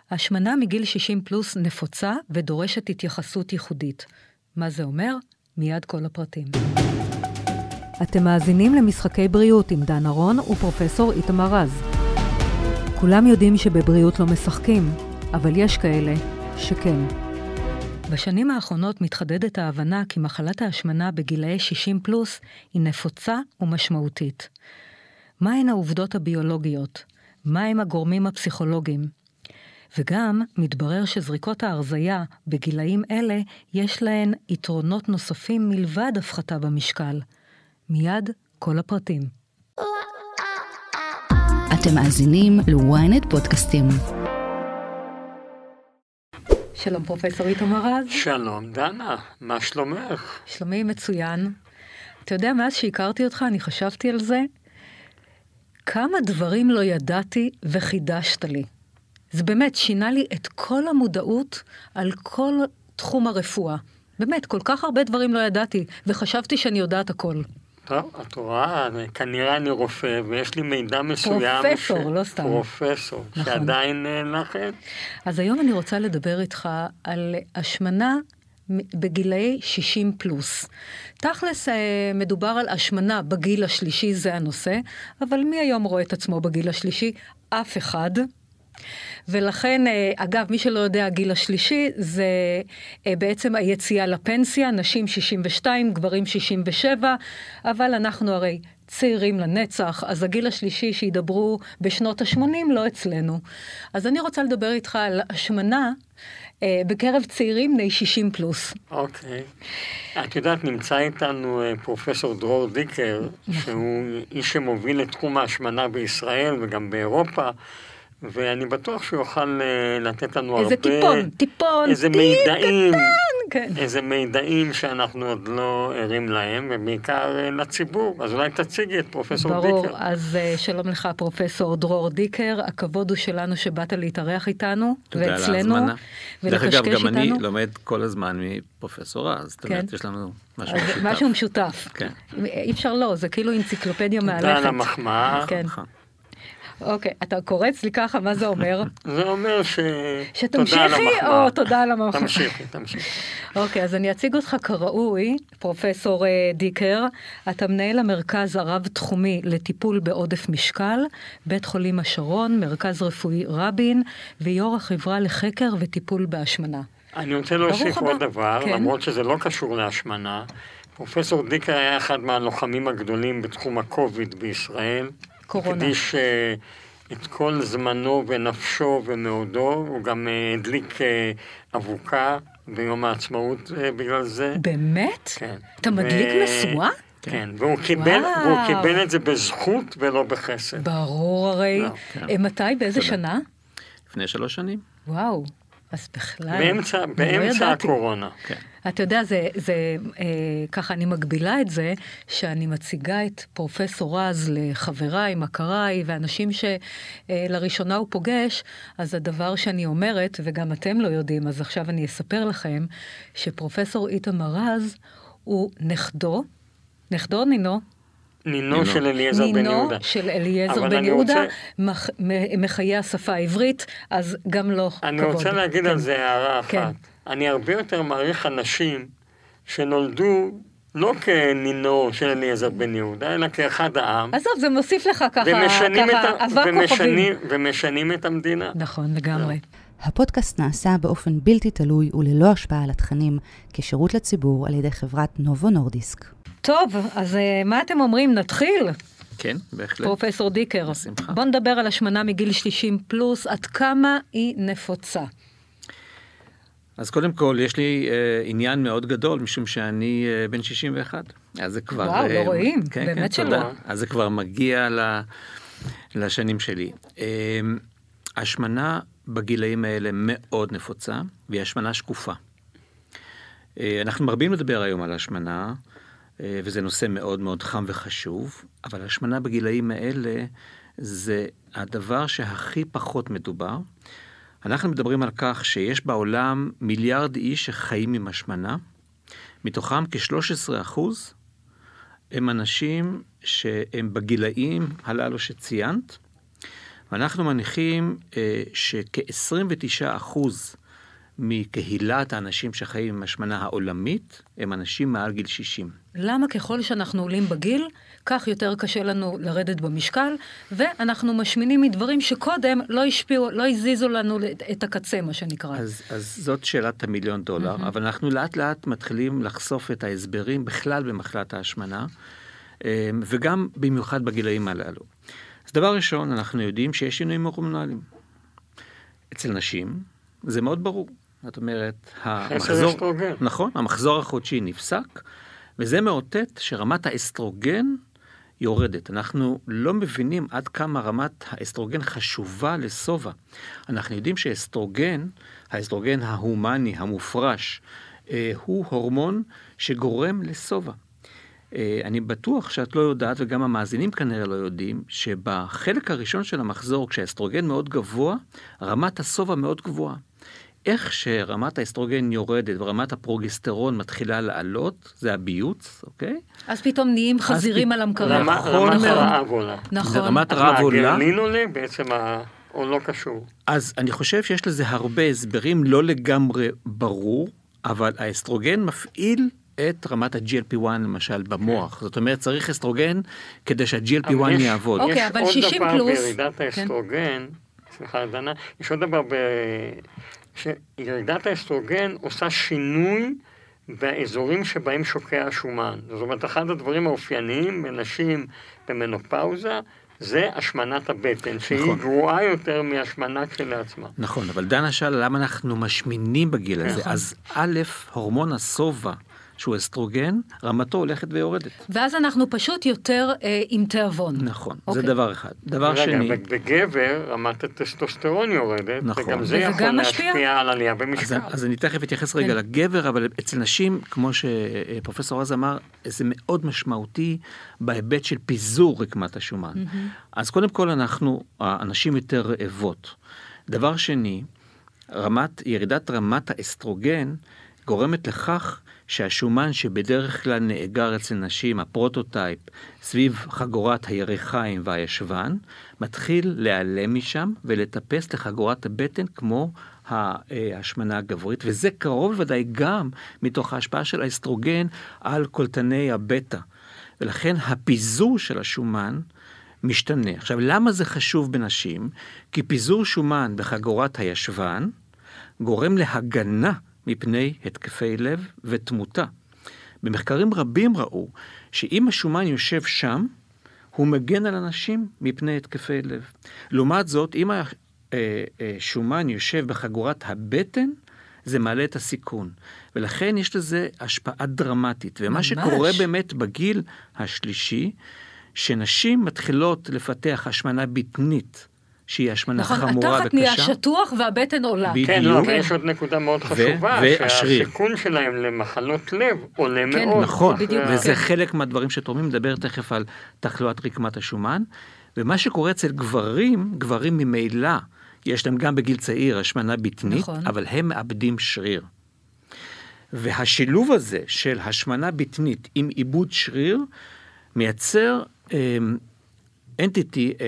השמנה מגיל 60 פלוס נפוצה ודורשת התייחסות ייחודית. מה זה אומר? מיד כל הפרטים. אתם מאזינים למשחקי בריאות עם דן ארון ופרופסור איתמר רז. כולם יודעים שבבריאות לא משחקים, אבל יש כאלה שכן. בשנים האחרונות מתחדדת ההבנה כי מחלת ההשמנה בגילאי 60 פלוס היא נפוצה ומשמעותית. מהן העובדות הביולוגיות? מהם הגורמים הפסיכולוגיים? וגם מתברר שזריקות ההרזיה בגילאים אלה יש להן יתרונות נוספים מלבד הפחתה במשקל. מיד כל הפרטים. אתם מאזינים ל-ynet פודקאסטים. שלום פרופסור איתמר רז. שלום דנה, מה שלומך? שלומי מצוין. אתה יודע, מאז שהכרתי אותך אני חשבתי על זה, כמה דברים לא ידעתי וחידשת לי. זה באמת שינה לי את כל המודעות על כל תחום הרפואה. באמת, כל כך הרבה דברים לא ידעתי, וחשבתי שאני יודעת הכל. טוב, את רואה, כנראה אני רופא, ויש לי מידע מסוים. פרופסור, לא סתם. פרופסור, נכון. שעדיין לכם. אז היום אני רוצה לדבר איתך על השמנה בגילאי 60 פלוס. תכלס מדובר על השמנה בגיל השלישי, זה הנושא, אבל מי היום רואה את עצמו בגיל השלישי? אף אחד. ולכן, אגב, מי שלא יודע, הגיל השלישי זה בעצם היציאה לפנסיה, נשים 62, גברים 67, אבל אנחנו הרי צעירים לנצח, אז הגיל השלישי שידברו בשנות ה-80 לא אצלנו. אז אני רוצה לדבר איתך על השמנה בקרב צעירים בני 60 פלוס. אוקיי. את יודעת, נמצא איתנו פרופסור דרור דיקר, שהוא איש שמוביל את תחום ההשמנה בישראל וגם באירופה, ואני בטוח שהוא יוכל לתת לנו איזה הרבה... טיפון, איזה מידעים, כן. איזה מידעים שאנחנו עוד לא ערים להם, ובעיקר לציבור. אז אולי תציגי את פרופסור דיקר. ברור, אז שלום לך פרופסור דרור דיקר, הכבוד הוא שלנו שבאת להתארח איתנו, ואצלנו, דרך אגב, גם אני לומד כל הזמן מפרופסור רז, זאת אומרת, יש לנו משהו משותף. משהו משותף. אי אפשר לא, זה כאילו אנציקלופדיה מהלכת. תודה על המחמאה. אוקיי, אתה קורץ לי ככה, מה זה אומר? זה אומר שתמשיכי או תודה על המחמאה? תמשיכי. אוקיי, אז אני אציג אותך כראוי, פרופסור דיקר, אתה מנהל המרכז הרב-תחומי לטיפול בעודף משקל, בית חולים השרון, מרכז רפואי רבין, ויו"ר החברה לחקר וטיפול בהשמנה. אני רוצה להוסיף עוד דבר, למרות שזה לא קשור להשמנה. פרופסור דיקר היה אחד מהלוחמים הגדולים בתחום הקוביד בישראל. קורונה. הקדיש את כל זמנו ונפשו ומאודו, הוא גם הדליק אבוקה ביום העצמאות בגלל זה. באמת? כן. אתה מדליק משואה? כן, והוא קיבל את זה בזכות ולא בחסד. ברור הרי. מתי? באיזה שנה? לפני 3 שנים. וואו, אז בכלל. באמצע הקורונה. כן. אתה יודע, ככה אני מגבילה את זה, שאני מציגה את פרופסור רז לחבריי, מכריי, ואנשים שלראשונה הוא פוגש, אז הדבר שאני אומרת, וגם אתם לא יודעים, אז עכשיו אני אספר לכם, שפרופסור איתמר רז הוא נכדו נינו של אליעזר בן יהודה. נינו של אליעזר בן יהודה, מחיי השפה העברית, אז גם לא כבוד. אני רוצה להגיד על זה הערה אחת. אני הרבה יותר מעריך אנשים שנולדו לא כנינו של אליעזר בן יהודה, אלא כאחד העם. עזוב, זה מוסיף לך ככה אבק כוכבים. ומשנים את המדינה. נכון, לגמרי. הפודקאסט נעשה באופן בלתי תלוי וללא השפעה על התכנים, כשירות לציבור על ידי חברת נובו נורדיסק. טוב, אז מה אתם אומרים? נתחיל? כן, בהחלט. פרופסור דיקר, בשמחה. בוא נדבר על השמנה מגיל 30 פלוס, עד כמה היא נפוצה. אז קודם כל, יש לי עניין מאוד גדול, משום שאני בן 61. אז זה כבר... וואו, לא רואים, באמת שלא. אז זה כבר מגיע לשנים שלי. השמנה בגילאים האלה מאוד נפוצה, והיא השמנה שקופה. אנחנו מרבים לדבר היום על השמנה, וזה נושא מאוד מאוד חם וחשוב, אבל השמנה בגילאים האלה זה הדבר שהכי פחות מדובר. אנחנו מדברים על כך שיש בעולם מיליארד איש שחיים עם השמנה, מתוכם כ-13% הם אנשים שהם בגילאים הללו שציינת, ואנחנו מניחים שכ-29% מקהילת האנשים שחיים עם השמנה העולמית, הם אנשים מעל גיל 60. למה ככל שאנחנו עולים בגיל, כך יותר קשה לנו לרדת במשקל, ואנחנו משמינים מדברים שקודם לא השפיעו, לא הזיזו לנו את הקצה, מה שנקרא. אז זאת שאלת $1,000,000, אבל אנחנו לאט לאט מתחילים לחשוף את ההסברים בכלל במחלת ההשמנה, וגם במיוחד בגילאים הללו. אז דבר ראשון, אנחנו יודעים שיש שינויים הורמונליים. אצל נשים, זה מאוד ברור. זאת אומרת, נכון, המחזור החודשי נפסק, וזה מאותת שרמת האסטרוגן יורדת. אנחנו לא מבינים עד כמה רמת האסטרוגן חשובה לסובה. אנחנו יודעים שהאסטרוגן, האסטרוגן ההומני, המופרש, הוא הורמון שגורם לסובה. אני בטוח שאת לא יודעת, וגם המאזינים כנראה לא יודעים, שבחלק הראשון של המחזור, כשהאסטרוגן מאוד גבוה, רמת הסובה מאוד גבוהה. איך שרמת האסטרוגן יורדת ורמת הפרוגסטרון מתחילה לעלות, זה הביוץ, אוקיי? אז פתאום נהיים חזירים על המקרר. רמת הרעב עולה. נכון. רמת הרעב עולה. הגרלין עולה בעצם או לא קשור. אז אני חושב שיש לזה הרבה הסברים, לא לגמרי ברור, אבל האסטרוגן מפעיל את רמת ה-GLP-1 למשל במוח. זאת אומרת, צריך אסטרוגן כדי שה-GLP-1 יעבוד. אוקיי, אבל 60 פלוס. יש עוד דבר בירידת האסטרוגן, סליחה, דנה, יש עוד דבר שירידת האסטרוגן עושה שינוי באזורים שבהם שוקע השומן. זאת אומרת, אחד הדברים האופייניים בנשים במנופאוזה, זה השמנת הבטן, שהיא גרועה יותר מהשמנה כשלעצמה. נכון, אבל דנה שאלה למה אנחנו משמינים בגיל הזה. אז א', הורמון הסובה, שהוא אסטרוגן, רמתו הולכת ויורדת. ואז אנחנו פשוט יותר עם תיאבון. נכון, זה דבר אחד. דבר שני... בגבר, רמת הטסטוסטרון יורדת, נכון. וגם זה יכול להשפיע על עלייה במשקל. אז אני תכף אתייחס רגע לגבר, אבל אצל נשים, כמו שפרופסור רז אמר, זה מאוד משמעותי בהיבט של פיזור רקמת השומן. אז קודם כל הנשים יותר רעבות. דבר שני, ירידת רמת האסטרוגן גורמת לכך שהשומן שבדרך כלל נאגר אצל נשים, הפרוטוטייפ, סביב חגורת הירכיים והישבן, מתחיל להיעלם משם ולטפס לחגורת הבטן כמו ההשמנה הגברית, וזה קרוב ודאי גם מתוך ההשפעה של האסטרוגן על קולטני הבטא. ולכן הפיזור של השומן משתנה. עכשיו, למה זה חשוב בנשים? כי פיזור שומן בחגורת הישבן גורם להגנה מפני התקפי לב ותמותה. במחקרים רבים ראו שאם השומן יושב שם, הוא מגן על אנשים מפני התקפי לב. לעומת זאת, אם השומן יושב בחגורת הבטן, זה מעלה את הסיכון. ולכן יש לזה השפעה דרמטית. ומה שקורה באמת בגיל השלישי, שנשים מתחילות לפתח השמנה בטנית, שהיא השמנה חמורה וקשה. נכון, התחת נהיה שטוח והבטן עולה. כן, לא, ויש עוד נקודה מאוד חשובה, שהסיכון שלהם למחלות לב עולה מאוד. נכון, וזה חלק מהדברים שתורמים, מדבר תכף על תחלואת רקמת השומן, ומה שקורה אצל גברים ממילא, יש להם גם בגיל צעיר השמנה בטנית, אבל הם מאבדים שריר. והשילוב הזה של השמנה בטנית עם איבוד שריר, מייצר אנטיטי,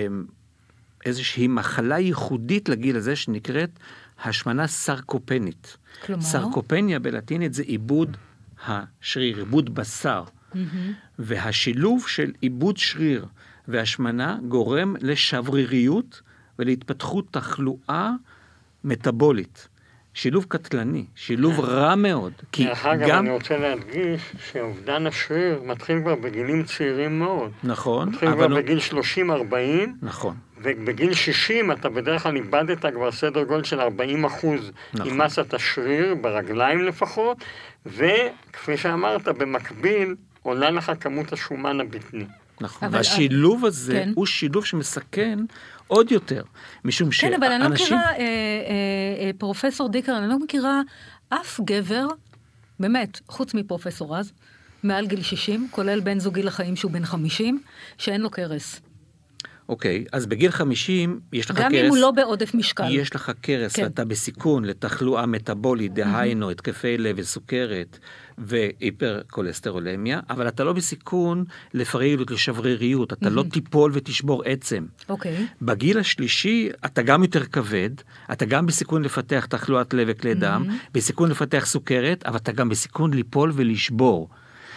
איזושהי מחלה ייחודית לגיל הזה שנקראת השמנה סרקופנית. כלומר? סרקופניה בלטינית זה איבוד השריר, איבוד בשר. והשילוב של איבוד שריר והשמנה גורם לשבריריות ולהתפתחות תחלואה מטאבולית. שילוב קטלני, שילוב רע מאוד. דרך אגב, אני רוצה להדגיש שאובדן השריר מתחיל כבר בגילים צעירים מאוד. נכון. מתחיל כבר בגיל 30-40. נכון. ובגיל 60 אתה בדרך כלל איבדת כבר סדר גודל של 40% עם מסת השריר, ברגליים לפחות, וכפי שאמרת, במקביל עולה לך כמות השומן הבטני. נכון, והשילוב הזה הוא שילוב שמסכן עוד יותר, משום כן, אבל אני לא מכירה, פרופסור דיקר, אני לא מכירה אף גבר, באמת, חוץ מפרופסור רז, מעל גיל 60, כולל בן זוגי לחיים שהוא בן 50, שאין לו קרס. אוקיי, אז בגיל 50 יש לך קרס. גם אם הוא לא בעודף משקל. יש לך קרס, ואתה בסיכון לתחלואה מטאבולית, דהיינו, התקפי לב וסוכרת והיפרקולסטרולמיה, אבל אתה לא בסיכון לפרילות, לשבריריות, אתה לא תיפול ותשבור עצם. אוקיי. בגיל השלישי אתה גם יותר כבד, אתה גם בסיכון לפתח תחלואת לב וכלי דם, בסיכון לפתח סוכרת, אבל אתה גם בסיכון ליפול ולשבור.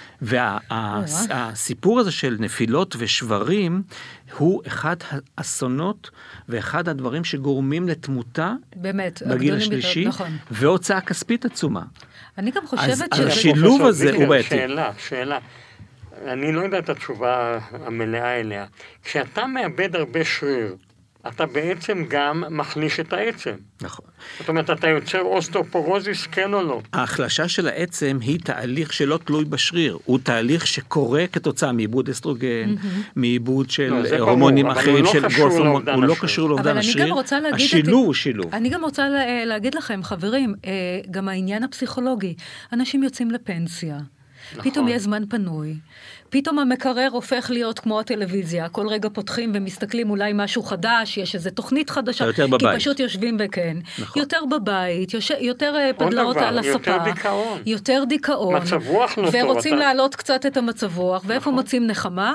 והסיפור הזה של נפילות ושברים הוא אחד האסונות ואחד הדברים שגורמים לתמותה באמת, בגיל השלישי, נכון. והוצאה כספית עצומה. אני גם חושבת אז השילוב הזה הוא בעייתי. שאלה. אני לא יודע את התשובה המלאה אליה. כשאתה מאבד הרבה שריר, אתה בעצם גם מחליש את העצם. נכון. זאת אומרת, אתה יוצר אוסטאופורוזיס, כן או לא? ההחלשה של העצם היא תהליך שלא תלוי בשריר, הוא תהליך שקורה כתוצאה מעיבוד אסטרוגן, מעיבוד של הורמונים אחרים, של גוף הורמון, הוא לא קשור לאובדן השריר, השילוב הוא שילוב. אני גם רוצה להגיד לכם, חברים, גם העניין הפסיכולוגי, אנשים יוצאים לפנסיה, פתאום יש זמן פנוי, פתאום המקרר הופך להיות כמו הטלוויזיה, כל רגע פותחים ומסתכלים אולי משהו חדש, יש איזו תוכנית חדשה, כי פשוט יושבים וכן, יותר בבית, יותר פדלאות על הספה, יותר דיכאון, ורוצים להעלות קצת את המצב רוח, ואיפה מוצאים נחמה?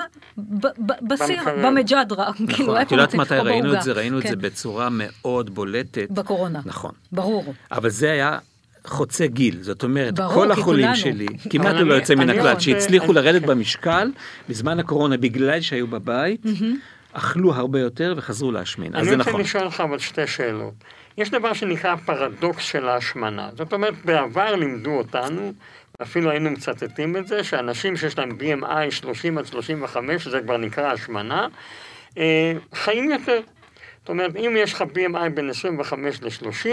בסיר, במג'דרה. את יודעת מתי ראינו את זה? ראינו את זה בצורה מאוד בולטת. בקורונה. נכון. ברור. אבל זה היה חוצה גיל, זאת אומרת, כל החולים שלי, כמעט לא יוצא מן הכלל, שהצליחו לרדת במשקל, בזמן הקורונה, בגלל שהיו בבית, אכלו הרבה יותר וחזרו להשמין. אז זה נכון. אני רוצה לשאול לך אבל שתי שאלות. יש דבר שנקרא פרדוקס של ההשמנה. זאת אומרת, בעבר לימדו אותנו, אפילו היינו מצטטים את זה, שאנשים שיש להם BMI 30 עד 35, שזה כבר נקרא השמנה, חיים יותר. זאת אומרת, אם יש לך BMI בין 25 ל-30,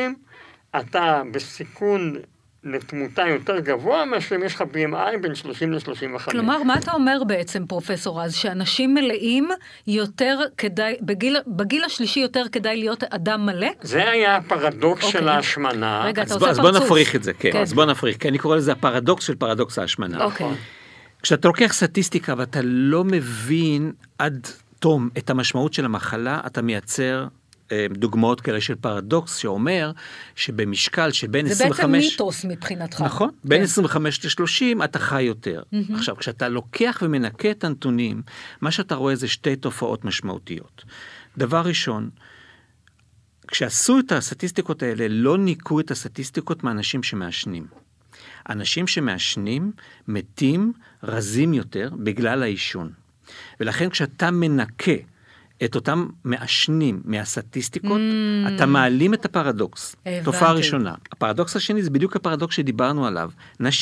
אתה בסיכון לתמותה יותר גבוה, מאשר יש לך BMI בין 30 ל-35. כלומר, מה אתה אומר בעצם, פרופסור רז, שאנשים מלאים יותר כדאי, בגיל השלישי יותר כדאי להיות אדם מלא? זה היה הפרדוקס של ההשמנה. רגע, אתה עושה פרצוף. אז בוא נפריך את זה, כן. אז בוא נפריך, כי אני קורא לזה הפרדוקס של פרדוקס ההשמנה. אוקיי. כשאתה לוקח סטטיסטיקה ואתה לא מבין עד תום את המשמעות של המחלה, אתה מייצר דוגמאות כאלה של פרדוקס שאומר שבמשקל שבין 25... זה בעצם מיתוס מבחינתך. נכון, בין 25 ל-30 אתה חי יותר. עכשיו, כשאתה לוקח ומנקה את הנתונים, מה שאתה רואה זה שתי תופעות משמעותיות. דבר ראשון, כשעשו את הסטטיסטיקות האלה, לא ניקו את הסטטיסטיקות מאנשים שמעשנים. אנשים שמעשנים מתים רזים יותר בגלל העישון. ולכן כשאתה מנקה את אותם מעשנים מהסטטיסטיקות, אתה מעלים את הפרדוקס. תופעה ראשונה. הפרדוקס השני זה בדיוק הפרדוקס שדיברנו עליו.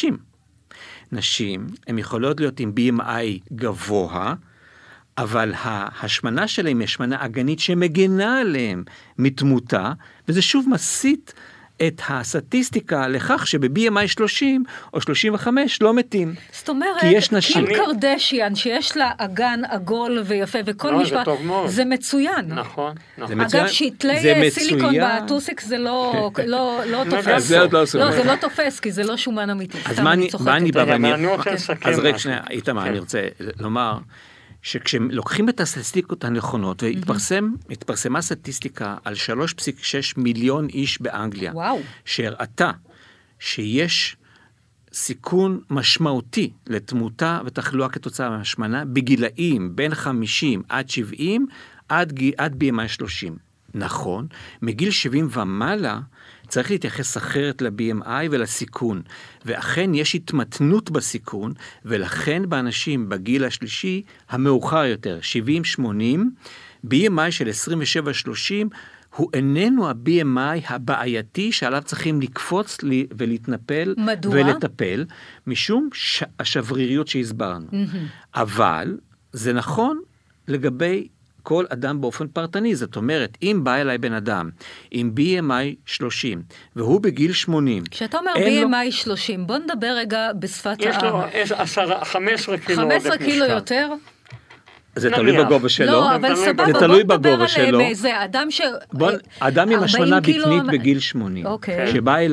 נשים, הן יכולות להיות עם BMI גבוה, אבל ההשמנה שלהם היא השמנה אגנית שמגנה עליהם מתמותה, וזה שוב מסית את הסטטיסטיקה לכך שב-BMI 30 או 35 לא מתים. זאת אומרת, קים קרדשיאן שיש לה אגן עגול ויפה וכל משפט, זה מצוין. נכון. אגב, שתלי סיליקון בטוסיק זה לא תופס. זה לא תופס, כי זה לא שומן אמיתי. אז מה אני בא ואני רוצה לסכם. אז רגע שנייה, איתמר, אני רוצה לומר שכשלוקחים את הסטטיסטיקות הנכונות, והתפרסמה סטטיסטיקה על 3.6 מיליון איש באנגליה, שהראתה שיש סיכון משמעותי לתמותה ותחלואה כתוצאה מהשמנה, בגילאים בין 50 עד 70 עד BMI 30. נכון, מגיל 70 ומעלה, צריך להתייחס אחרת ל-BMI ולסיכון, ואכן יש התמתנות בסיכון, ולכן באנשים בגיל השלישי המאוחר יותר, 70-80, BMI של 27-30, הוא איננו ה-BMI הבעייתי שעליו צריכים לקפוץ ולהתנפל ולטפל, משום השבריריות שהסברנו. אבל זה נכון לגבי כל אדם באופן פרטני, זאת אומרת, אם בא אליי בן אדם עם BMI 30, והוא בגיל 80, כשאתה אומר BMI 30, בוא נדבר רגע בשפת העם. יש לו 15 קילו עודף משקל. 15 קילו יותר? זה תלוי בגובה שלו. לא, אבל סבבה, זה תלוי בגובה שלו. זה אדם ש... אדם עם השמנה בטנית בגיל 80, שבא אליי,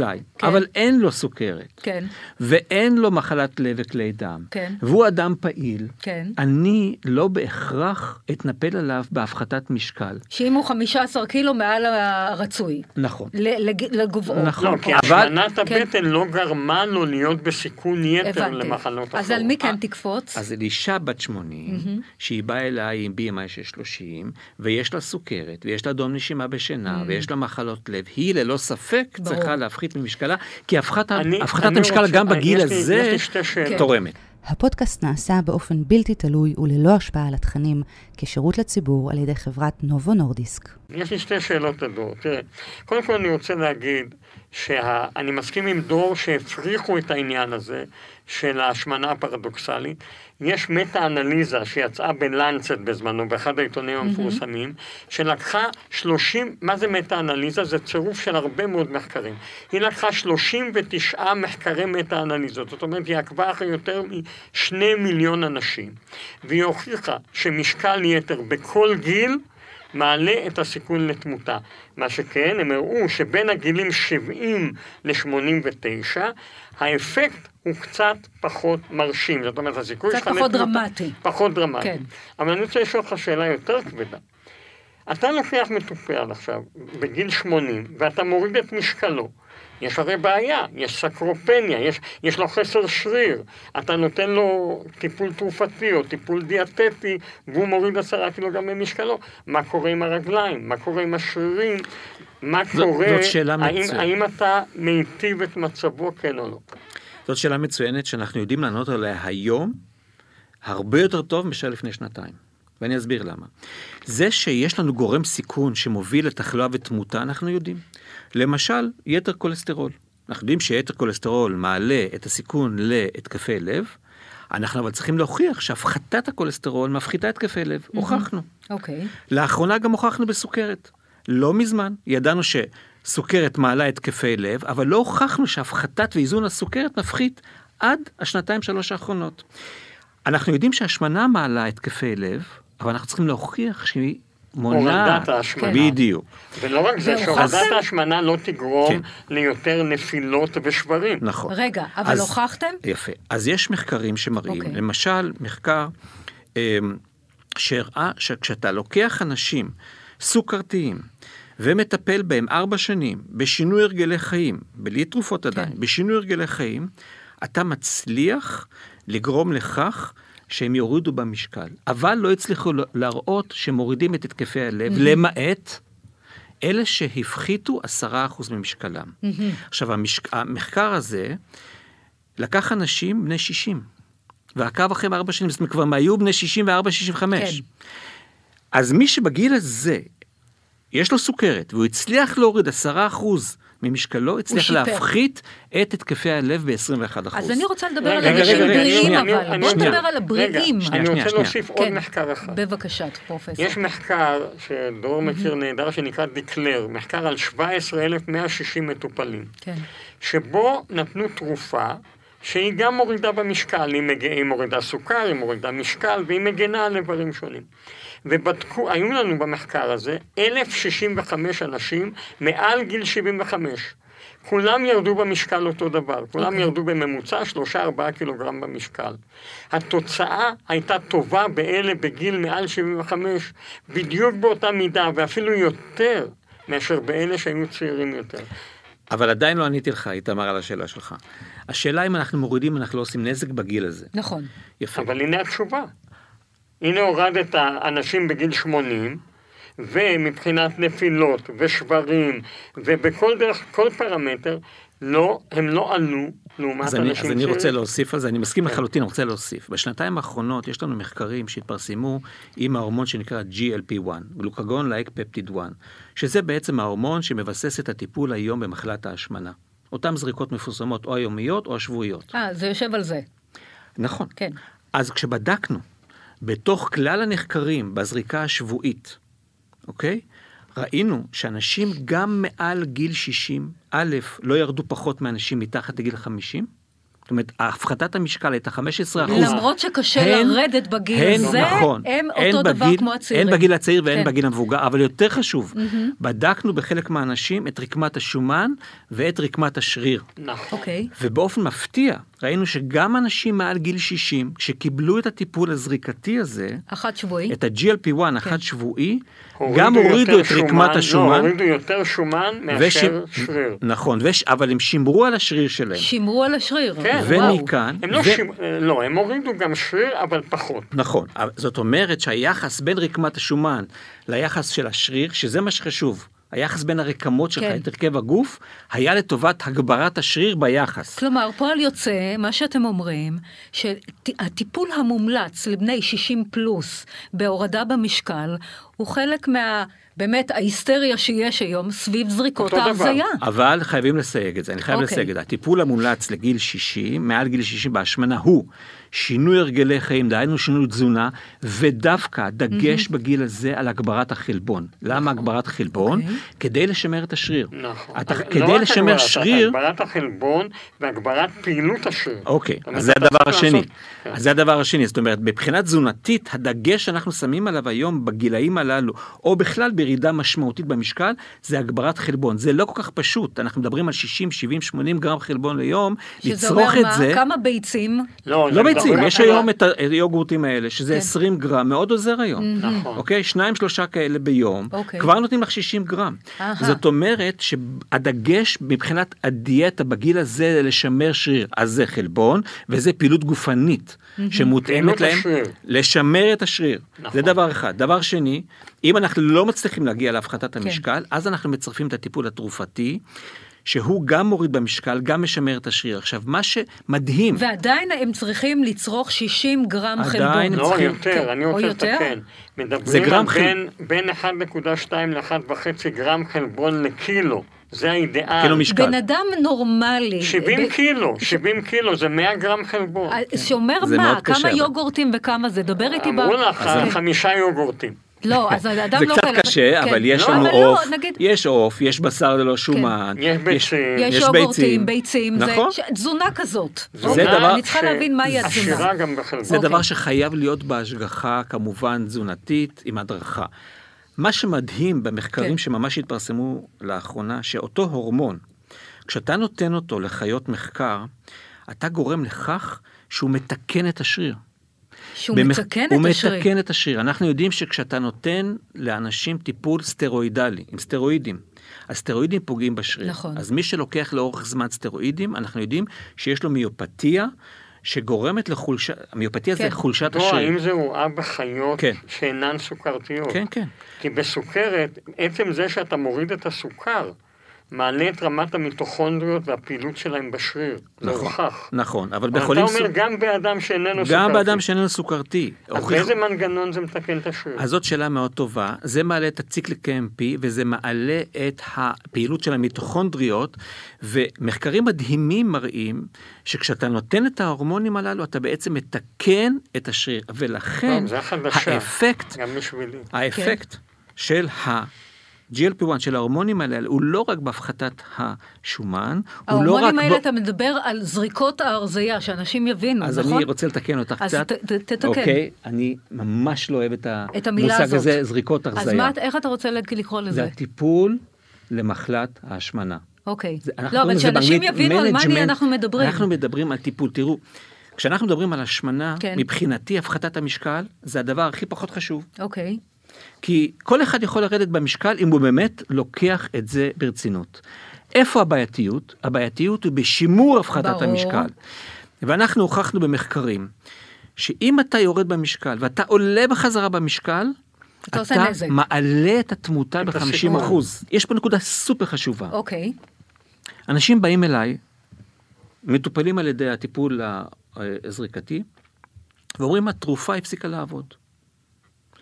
אבל אין לו סוכרת. כן. ואין לו מחלת לב וכלי דם. כן. והוא אדם פעיל. כן. אני לא בהכרח אתנפל עליו בהפחתת משקל. שאם הוא 15 קילו מעל הרצוי. נכון. לגובעו. נכון. לא, כי השמנת הבטן לא גרמה לו להיות בסיכון יתר למחלות אחרות. אז על מי כן תקפוץ? אז אישה בת 80, שהיא באה אליי עם BMI של 30, ויש לה סוכרת, ויש לה דום נשימה בשינה, ויש לה מחלות לב, היא ללא ספק צריכה להפחית ממשקלה, כי הפחתת המשקל גם בגיל הזה תורמת. הפודקאסט נעשה באופן בלתי תלוי וללא השפעה על התכנים, כשירות לציבור על ידי חברת נובו נורדיסק. יש לי שתי שאלות לדור. תראה, קודם כל אני רוצה להגיד שאני מסכים עם דור שהפריחו את העניין הזה של ההשמנה הפרדוקסלית. יש מטה-אנליזה שיצאה בלנצט בזמנו, באחד העיתונים המפורסמים, שלקחה 30, מה זה מטה-אנליזה? זה צירוף של הרבה מאוד מחקרים. היא לקחה 39 מחקרי מטה-אנליזות, זאת אומרת, היא עקבה אחרי יותר מ2 מיליון אנשים, והיא הוכיחה שמשקל יתר בכל גיל, מעלה את הסיכון לתמותה. מה שכן, הם הראו שבין הגילים 70 ל-89, האפקט הוא קצת פחות מרשים. זאת אומרת, הסיכוי שלך... קצת פחות דרמטי. פחות דרמטי. כן. אבל אני רוצה לשאול אותך שאלה יותר כבדה. אתה לוקח מטופל עכשיו, בגיל 80, ואתה מוריד את משקלו. יש הרי בעיה, יש סקרופניה, יש לו חסר שריר. אתה נותן לו טיפול תרופתי או טיפול דיאטטי, והוא מוריד 10 קילוגרם ממשקלו. מה קורה עם הרגליים? מה קורה עם השרירים? מה קורה? זאת שאלה מצוינת. האם אתה מיטיב את מצבו, כן או לא? זאת שאלה מצוינת שאנחנו יודעים לענות עליה היום, הרבה יותר טוב משל לפני שנתיים. ואני אסביר למה. זה שיש לנו גורם סיכון שמוביל לתחלואה ותמותה, אנחנו יודעים. למשל, יתר כולסטרול. אנחנו יודעים שיתר כולסטרול מעלה את הסיכון להתקפי לב, אנחנו אבל צריכים להוכיח שהפחתת הכולסטרול מפחיתה התקפי לב. הוכחנו. אוקיי. לאחרונה גם הוכחנו בסוכרת. לא מזמן. ידענו שסוכרת מעלה התקפי לב, אבל לא הוכחנו שהפחתת ואיזון הסוכרת מפחית עד 2-3 האחרונות. אנחנו יודעים שהשמנה מעלה התקפי לב, אבל אנחנו צריכים להוכיח שהיא מונעת. הורדת ההשמנה. בדיוק. ולא רק זה, שהורדת ההשמנה לא תגרום ליותר נפילות ושברים. נכון. רגע, אבל הוכחתם? יפה. אז יש מחקרים שמראים, למשל, מחקר שהראה שכשאתה לוקח אנשים סוכרתיים, ומטפל בהם 4 שנים, בשינוי הרגלי חיים, בלי תרופות עדיין, בשינוי הרגלי חיים, אתה מצליח לגרום לכך שהם יורידו במשקל. אבל לא הצליחו להראות שמורידים את התקפי הלב, למעט אלה שהפחיתו 10% ממשקלם. עכשיו, המחקר הזה לקח אנשים בני 60, ועקב אחרי 4 שנים, זאת אומרת, כבר היו בני 64-65. אז מי שבגיל הזה, יש לו סוכרת, והוא הצליח להוריד 10% ממשקלו, הצליח להפחית את התקפי הלב ב-21%. אז אני רוצה לדבר על אנשים בריאים, אבל בוא נדבר על הבריאים. אני רוצה להוסיף עוד מחקר אחד. בבקשה, פרופסור. יש מחקר שדור מכיר נהדר, שנקרא דיקלר, מחקר על 17,160 מטופלים, שבו נתנו תרופה, שהיא גם מורידה במשקל, היא מורידה סוכר, היא מורידה משקל, והיא מגנה על איברים שונים. ובדקו, היו לנו במחקר הזה 1,065 אנשים מעל גיל 75. כולם ירדו במשקל אותו דבר, כולם ירדו בממוצע 3-4 קילוגרם במשקל. התוצאה הייתה טובה באלה בגיל מעל 75, בדיוק באותה מידה, ואפילו יותר מאשר באלה שהיו צעירים יותר. אבל עדיין לא עניתי לך, איתמר, על השאלה שלך. השאלה אם אנחנו מורידים, אנחנו לא עושים נזק בגיל הזה. נכון. יפה. אבל הנה התשובה. הנה הורדת האנשים בגיל 80, ומבחינת נפילות ושברים, ובכל דרך, כל פרמטר, הם לא עלו לעומת אנשים אז אני רוצה להוסיף על זה, אני מסכים לחלוטין, אני רוצה להוסיף. בשנתיים האחרונות יש לנו מחקרים שהתפרסמו עם ההורמון שנקרא GLP-1, גלוקגון לייק פפטיד 1, שזה בעצם ההורמון שמבסס את הטיפול היום במחלת ההשמנה. אותם זריקות מפורסמות או היומיות או השבועיות. זה יושב על זה. נכון. כן. אז כשבדקנו בתוך כלל הנחקרים בזריקה השבועית, אוקיי? ראינו שאנשים גם מעל גיל 60, א', לא ירדו פחות מאנשים מתחת לגיל 50, זאת אומרת, הפחתת המשקל הייתה 15%. למרות שקשה לרדת בגיל הזה, הם אותו דבר כמו הצעירים. אין בגיל הצעיר ואין בגיל המבוגר, אבל יותר חשוב, בדקנו בחלק מהאנשים את רקמת השומן ואת רקמת השריר. נכון. ובאופן מפתיע, ראינו שגם אנשים מעל גיל 60, שקיבלו את הטיפול הזריקתי הזה, אחד שבועי, את ה-GLP-1 אחד שבועי, גם הורידו את רקמת השומן. לא, הורידו יותר שומן מאשר שריר. נכון, אבל הם שימרו על השריר שלהם. שימרו על השריר. כן, ומכאן... הם הורידו גם שריר, אבל פחות. נכון, זאת אומרת שהיחס בין רקמת השומן ליחס של השריר, שזה מה שחשוב, היחס בין הרקמות שלך, את הרכב הגוף, היה לטובת הגברת השריר ביחס. כלומר, פועל יוצא, מה שאתם אומרים, שהטיפול המומלץ לבני 60 פלוס בהורדה במשקל, הוא חלק באמת ההיסטריה שיש היום סביב זריקות ההרזיה. אבל חייבים לסייג את זה, אני חייב לסייג את זה. הטיפול המומלץ לגיל 60, מעל גיל 60 בהשמנה הוא שינוי הרגלי חיים, דהיינו שינוי תזונה, ודווקא דגש בגיל הזה על הגברת החלבון. למה הגברת חלבון? כדי לשמר את השריר. נכון. כדי לשמר שריר... הגברת החלבון והגברת פעילות השריר. אוקיי, אז זה הדבר השני. אז זה הדבר השני, זאת אומרת, מבחינת תזונתית, הדגש שאנחנו שמים עליו היום בגילאים הללו, או בכלל בירידה משמעותית במשקל, זה הגברת חלבון. זה לא כל כך פשוט. אנחנו מדברים על 60, 70, 80 גרם חלבון ליום, לצרוך את זה... כמה ביצים? לא ביצים, יש היום את היוגורטים האלה, שזה 20 גרם, מאוד עוזר היום. נכון. אוקיי? 2-3 כאלה ביום, כבר נותנים לך 60 גרם. זאת אומרת שהדגש מבחינת הדיאטה בגיל הזה לשמר שריר, אז זה חלבון, וזה פעילות גופנית, שמותאמת להם לשמר את השריר. זה דבר אחד. דבר שני, אם אנחנו לא מצליחים להגיע להפחתת המשקל, אז אנחנו מצרפים את הטיפול התרופתי, שהוא גם מוריד במשקל, גם משמר את השריר. עכשיו, מה שמדהים... ועדיין הם צריכים לצרוך 60 גרם חלבון. לא, יותר, אני רוצה לתקן. מדברים על בין 1.2 ל-1.5 גרם חלבון לקילו. זה האידאל. בן אדם נורמלי. 70 קילו, זה 100 גרם חלבון. שאומר מה? כמה יוגורטים וכמה זה? דבר איתי אמרו לך 5 יוגורטים. לא, אז האדם לא... זה קצת קשה, אבל יש לנו עוף, יש עוף, יש בשר ללא שומן, יש יוגורטים, ביצים, תזונה כזאת. אני צריכה להבין מהי התזונה. זה דבר שחייב להיות בהשגחה, כמובן תזונתית, עם הדרכה. מה שמדהים במחקרים שממש התפרסמו לאחרונה, שאותו הורמון, כשאתה נותן אותו לחיות מחקר, אתה גורם לכך שהוא מתקן את השריר. שהוא מתקן את השריר. הוא מתקן את השריר. אנחנו יודעים שכשאתה נותן לאנשים טיפול סטרואידלי, עם סטרואידים, הסטרואידים פוגעים בשריר. נכון. אז מי שלוקח לאורך זמן סטרואידים, אנחנו יודעים שיש לו מיופתיה, שגורמת לחולשה, המיופתיה זה חולשת השריר. לא, האם זה רואה בחיות שאינן סוכרתיות? כן, כן. כי בסוכרת, עצם זה שאתה מוריד את הסוכר, מעלה את רמת המיטוכונדריות והפעילות שלהם בשריר. נכון, אבל אתה אומר גם באדם שאיננו סוכרתי. גם באדם שאיננו סוכרתי. אז באיזה מנגנון זה מתקן את השריר? אז זאת שאלה מאוד טובה. זה מעלה את הציקליק KMP, וזה מעלה את הפעילות של המיטוכונדריות, ומחקרים מדהימים מראים שכשאתה נותן את ההורמונים הללו, אתה בעצם מתקן את השריר. ולכן האפקט של GLP-1 של ההורמונים האלה, הוא לא רק בהפחתת השומן, ההורמונים האלה אתה מדבר על זריקות ההרזיה, שאנשים יבינו, אז נכון? אני רוצה לתקן אותך קצת. אז תתקן. אוקיי, אני ממש לא אוהב את המושג הזה, זריקות הרזיה. אז איך אתה רוצה לקרוא לזה? זה הטיפול למחלת ההשמנה. אוקיי. לא, אבל שאנשים יבינו על מה אנחנו מדברים. אנחנו מדברים על טיפול, תראו, כשאנחנו מדברים על השמנה, מבחינתי הפחתת המשקל, זה הדבר הכי פחות חשוב. אוקיי. כי כל אחד יכול לרדת במשקל אם הוא באמת לוקח את זה ברצינות. איפה הבעייתיות? הבעייתיות היא בשימור הפחתת המשקל. ואנחנו הוכחנו במחקרים, שאם אתה יורד במשקל ואתה עולה בחזרה במשקל, אתה מעלה את התמותה ב-50%. יש פה נקודה סופר חשובה. אוקיי. אנשים באים אליי, מטופלים על ידי הטיפול הזריקתי, ואומרים, התרופה הפסיקה לעבוד.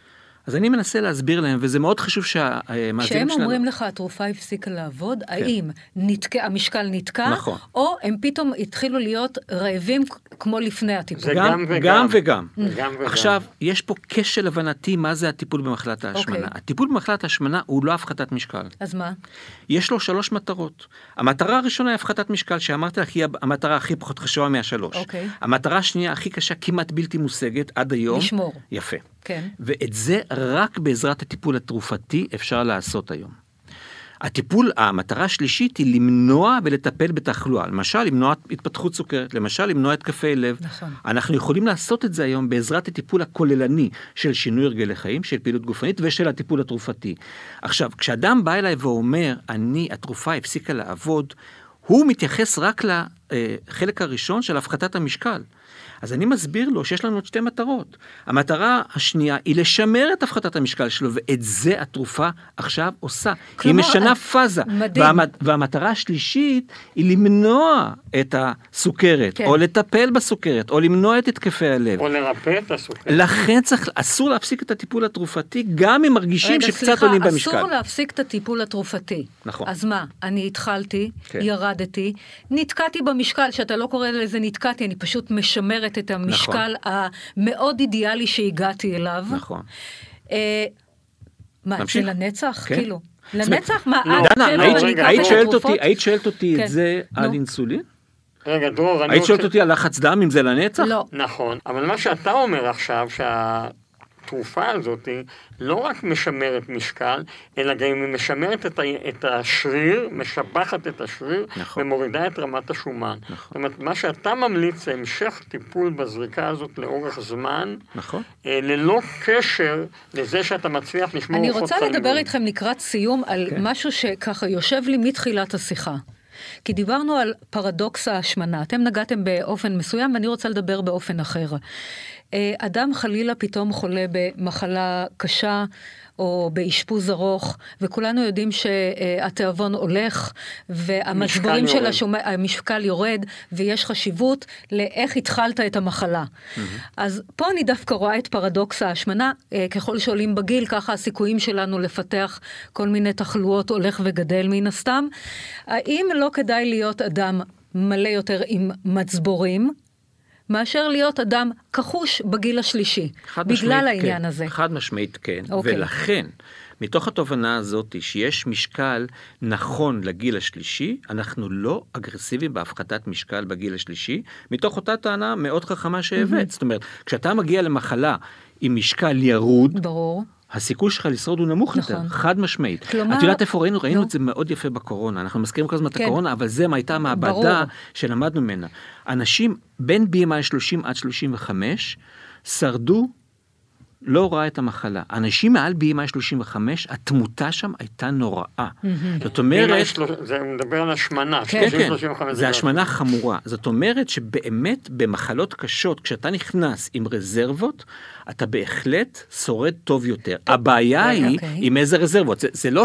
אז אני מנסה להסביר להם, וזה מאוד חשוב שהמאזינים שלנו... כשהם אומרים לך, התרופה הפסיקה לעבוד, האם המשקל נתקע, נכון. או הם פתאום התחילו להיות רעבים כמו לפני הטיפול? זה גם גם וגם. וגם. עכשיו, יש פה כשל הבנתי מה זה הטיפול במחלת ההשמנה. הטיפול במחלת ההשמנה הוא לא הפחתת משקל. אז מה? יש לו 3 מטרות. המטרה הראשונה היא הפחתת משקל, שאמרתי לך, היא המטרה הכי פחות חשובה מה3. המטרה השנייה הכי קשה, כמעט בלתי מושגת עד היום. לשמור. יפה. כן. ואת זה רק בעזרת הטיפול התרופתי אפשר לעשות היום. המטרה השלישית היא למנוע ולטפל בתחלואה. למשל, למנוע התפתחות סוכרת, למשל, למנוע התקפי לב. נכון. אנחנו יכולים לעשות את זה היום בעזרת הטיפול הכוללני של שינוי הרגלי חיים, של פעילות גופנית ושל הטיפול התרופתי. עכשיו, כשאדם בא אליי ואומר, התרופה הפסיקה לעבוד, הוא מתייחס רק לחלק הראשון של הפחתת המשקל. אז אני מסביר לו שיש לנו עוד 2 מטרות. המטרה השנייה היא לשמר את הפחתת המשקל שלו, ואת זה התרופה עכשיו עושה. כלומר, היא משנה פאזה. מדהים. והמטרה השלישית היא למנוע את הסוכרת, כן. או לטפל בסוכרת, או למנוע את התקפי הלב. או לרפא את הסוכרת. לכן אסור להפסיק את הטיפול התרופתי, גם אם מרגישים שקצת עולים במשקל. אסור להפסיק את הטיפול התרופתי. נכון. אז מה? אני התחלתי, כן. ירדתי, נתקעתי במשקל, שאתה לא קורא לזה נתקעתי, אני פשוט משמרת את המשקל המאוד אידיאלי שהגעתי אליו. נכון. מה, זה לנצח? כן. כאילו. לנצח? מה? דנה, היית שואלת אותי את זה על אינסולין? רגע, דרור, היית שואלת אותי על לחץ דם, אם זה לנצח? לא. נכון, אבל מה שאתה אומר עכשיו, שהתרופה הזאת לא רק משמרת משקל, אלא גם היא משמרת את השריר, משבחת את השריר, נכון. ומורידה את רמת השומן. נכון. זאת אומרת, מה שאתה ממליץ זה המשך טיפול בזריקה הזאת לאורך זמן, נכון. ללא קשר לזה שאתה מצליח לשמור אני אורחות רוצה חיים. לדבר איתכם לקראת סיום על משהו שככה יושב לי מתחילת השיחה. כי דיברנו על פרדוקס ההשמנה. אתם נגעתם באופן מסוים, ואני רוצה לדבר באופן אחר. אדם חלילה פתאום חולה במחלה קשה, או באשפוז ארוך, וכולנו יודעים שהתיאבון הולך, והמשברים של המשקל יורד, ויש חשיבות לאיך התחלת את המחלה. אז פה אני דווקא רואה את פרדוקס ההשמנה, ככל שעולים בגיל, ככה הסיכויים שלנו לפתח כל מיני תחלואות הולך וגדל מן הסתם. האם לא כדאי להיות אדם מלא יותר עם מצבורים, מאשר להיות אדם כחוש בגיל השלישי, בגלל העניין הזה. חד משמעית כן, ולכן, מתוך התובנה הזאת שיש משקל נכון לגיל השלישי, אנחנו לא אגרסיביים בהפחתת משקל בגיל השלישי, מתוך אותה טענה מאוד חכמה שהבאת. זאת אומרת, כשאתה מגיע למחלה עם משקל ירוד, ברור. הסיכוי שלך לשרוד הוא נמוך יותר, חד משמעית. כלומר, את יודעת איפה ראינו את זה מאוד יפה בקורונה, אנחנו מזכירים כל הזמן את הקורונה, אבל זה הייתה מעבדה שלמדנו ממנה. אנשים בין BMI 30 עד 35 שרדו לא ראה את המחלה. אנשים מעל BMI 35, התמותה שם הייתה נוראה. זאת אומרת... זה מדבר על השמנה. כן, כן, זה השמנה חמורה. זאת אומרת שבאמת במחלות קשות, כשאתה נכנס עם רזרבות, אתה בהחלט שורד טוב יותר. הבעיה היא עם איזה רזרבות. זה לא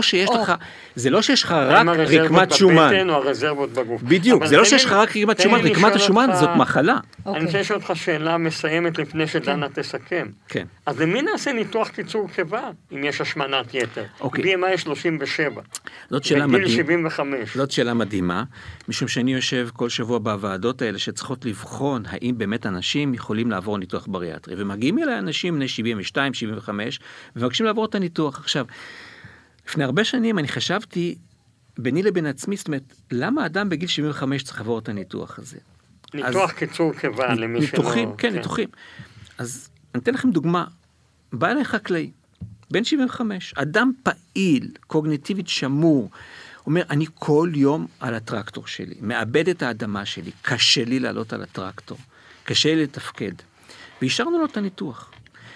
שיש לך רק רקמת שומן. בבטן או הרזרבות בגוף. בדיוק, זה לא שיש לך רק רקמת שומן, רקמת השומן זאת מחלה. אני רוצה לשאול אותך שאלה מסיימת לפני שדנה תסכם. כן. אז למי נעשה ניתוח קיצור קיבה, אם יש השמנת יתר? BMI 37. זאת שאלה בגיל 75. זאת שאלה מדהימה, משום שאני יושב כל שבוע בוועדות האלה שצריכות לבחון האם באמת אנשים יכולים לעבור ניתוח בריאטרי, ומגיעים אליי אנשים בני 72, 75, ומבקשים לעבור את הניתוח. עכשיו, לפני הרבה שנים אני חשבתי ביני לבין עצמי, זאת אומרת, למה אדם בגיל 75 צריך לעבור את הניתוח הזה? ניתוח קיצור קיבה למי שלא... ניתוחים, כן, ניתוחים. אז אני אתן לכם דוגמה. בא אליי חקלאי, בן 75, אדם פעיל, קוגניטיבית שמור, אומר, אני כל יום על הטרקטור שלי, מאבד את האדמה שלי, קשה לי לעלות על הטרקטור, קשה לי לתפקד. והשארנו לו את הניתוח.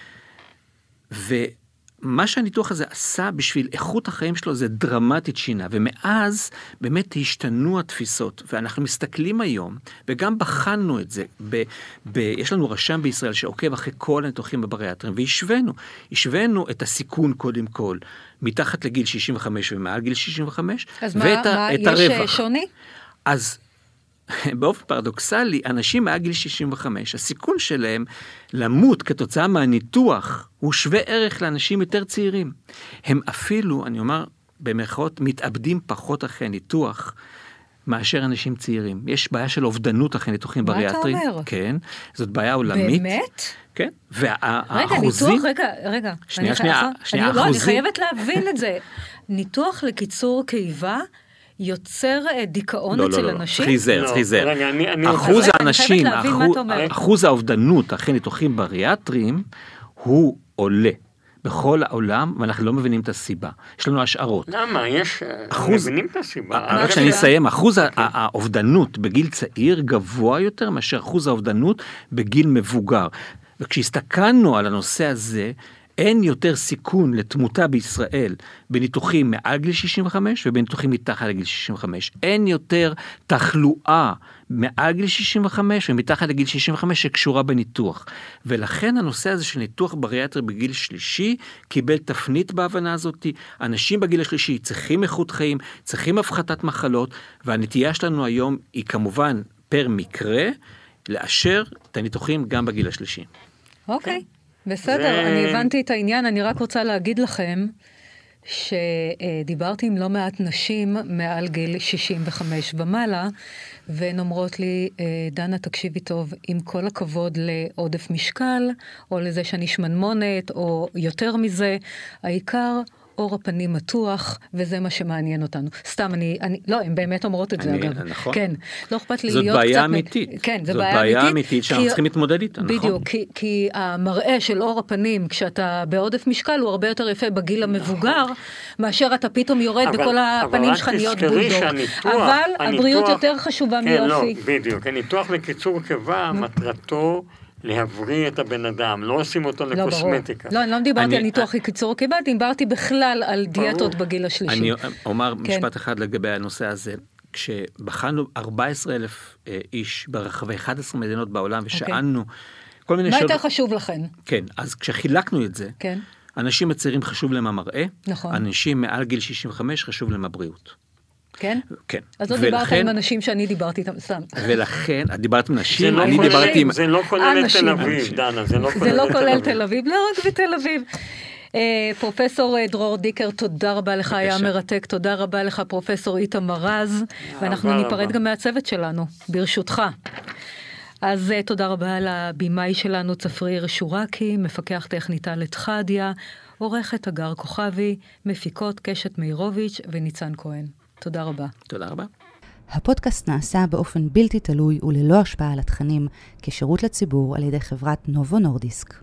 ומה שהניתוח הזה עשה בשביל איכות החיים שלו זה דרמטית שינה, ומאז באמת השתנו התפיסות, ואנחנו מסתכלים היום, וגם בחנו את זה, יש לנו רשם בישראל שעוקב אחרי כל הניתוחים בבריאטרים, והשווינו את הסיכון קודם כל, מתחת לגיל 65 ומעל גיל 65, אז ואת מה, הרווח. יש שוני? אז באופן פרדוקסלי, אנשים מעל גיל 65, הסיכון שלהם למות כתוצאה מהניתוח, הוא שווה ערך לאנשים יותר צעירים. הם אפילו, אני אומר, במרכאות, מתאבדים פחות אחרי ניתוח, מאשר אנשים צעירים. יש בעיה של אובדנות אחרי ניתוחים בריאטריים. מה אתה אומר? כן, זאת בעיה עולמית. באמת? כן, והאחוזים... רגע. שנייה, לא, אני חייבת להבין את זה. ניתוח לקיצור קיבה יוצר דיכאון אצל אנשים? חזר. אחוז האנשים, אחוז האובדנות אחרי ניתוחים בריאטריים, הוא עולה. בכל העולם, ואנחנו לא מבינים את הסיבה. יש לנו השערות. למה? מבינים את הסיבה. רק שאני אסיים, אחוז האובדנות בגיל צעיר גבוה יותר מאשר אחוז האובדנות בגיל מבוגר. וכשהסתכלנו על הנושא הזה, אין יותר סיכון לתמותה בישראל בניתוחים מעל גיל 65 ובניתוחים מתחת לגיל 65. אין יותר תחלואה מעל גיל 65 ומתחת לגיל 65 שקשורה בניתוח. ולכן הנושא הזה של ניתוח בריאטרי בגיל שלישי קיבל תפנית בהבנה הזאת. אנשים בגיל השלישי צריכים איכות חיים, צריכים הפחתת מחלות, והנטייה שלנו היום היא כמובן פר מקרה לאשר את הניתוחים גם בגיל השלישי. אוקיי. בסדר, אני הבנתי את העניין, אני רק רוצה להגיד לכם שדיברתי עם לא מעט נשים מעל גיל 65 ומעלה, והן אומרות לי, דנה, תקשיבי טוב, עם כל הכבוד לעודף משקל, או לזה שאני שמנמונת, או יותר מזה, העיקר אור הפנים מתוח, וזה מה שמעניין אותנו. סתם, לא, הן באמת אומרות את זה, אגב. נכון. כן, לא אכפת לי להיות קצת... זאת בעיה אמיתית. כן, זאת בעיה אמיתית שאנחנו צריכים להתמודד איתה, נכון? בדיוק, כי המראה של אור הפנים, כשאתה בעודף משקל, הוא הרבה יותר יפה בגיל המבוגר, מאשר אתה פתאום יורד וכל הפנים שלך נהיות בולדוג. אבל הבריאות יותר חשובה מיופי. כן, לא, בדיוק. הניתוח לקיצור קיבה, מטרתו להבריא את הבן אדם, לא עושים אותו לקוסמטיקה. לא, אני לא דיברתי על ניתוח לקיצור קיבה, דיברתי בכלל על דיאטות בגיל השלישי. אני אומר משפט אחד לגבי הנושא הזה. כשבחנו 14,000 איש ברחבי 11 מדינות בעולם, ושאלנו כל מיני מה יותר חשוב לכם? כן, אז כשחילקנו את זה, אנשים הצעירים חשוב להם המראה, אנשים מעל גיל 65 חשוב להם הבריאות. כן? כן. אז לא דיברת עם אנשים שאני דיברתי איתם, סתם. ולכן, את דיברת עם נשים, אני דיברתי עם... זה לא כולל תל אביב, דנה, זה לא כולל תל אביב, לא רק בתל אביב. פרופסור דרור דיקר, תודה רבה לך, היה מרתק, תודה רבה לך פרופסור איתמר רז, ואנחנו ניפרד גם מהצוות שלנו, ברשותך. אז תודה רבה לבימאי שלנו, צפריר שורקי, מפקח טכניטה לתחדיה, עורכת אגר כוכבי, מפיקות קשת מאירוביץ' וניצן כהן. תודה רבה. תודה רבה. הפודקאסט נעשה באופן בלתי תלוי וללא השפעה על התכנים, כשירות לציבור על ידי חברת נובו נורדיסק.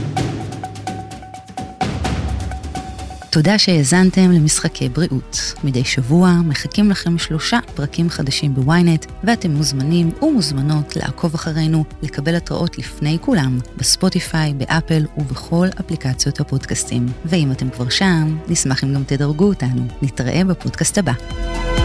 תודה שהאזנתם למשחקי בריאות. מדי שבוע מחכים לכם 3 פרקים חדשים בוויינט, ואתם מוזמנים ומוזמנות לעקוב אחרינו, לקבל התראות לפני כולם, בספוטיפיי, באפל ובכל אפליקציות הפודקאסטים. ואם אתם כבר שם, נשמח אם גם תדרגו אותנו. נתראה בפודקאסט הבא.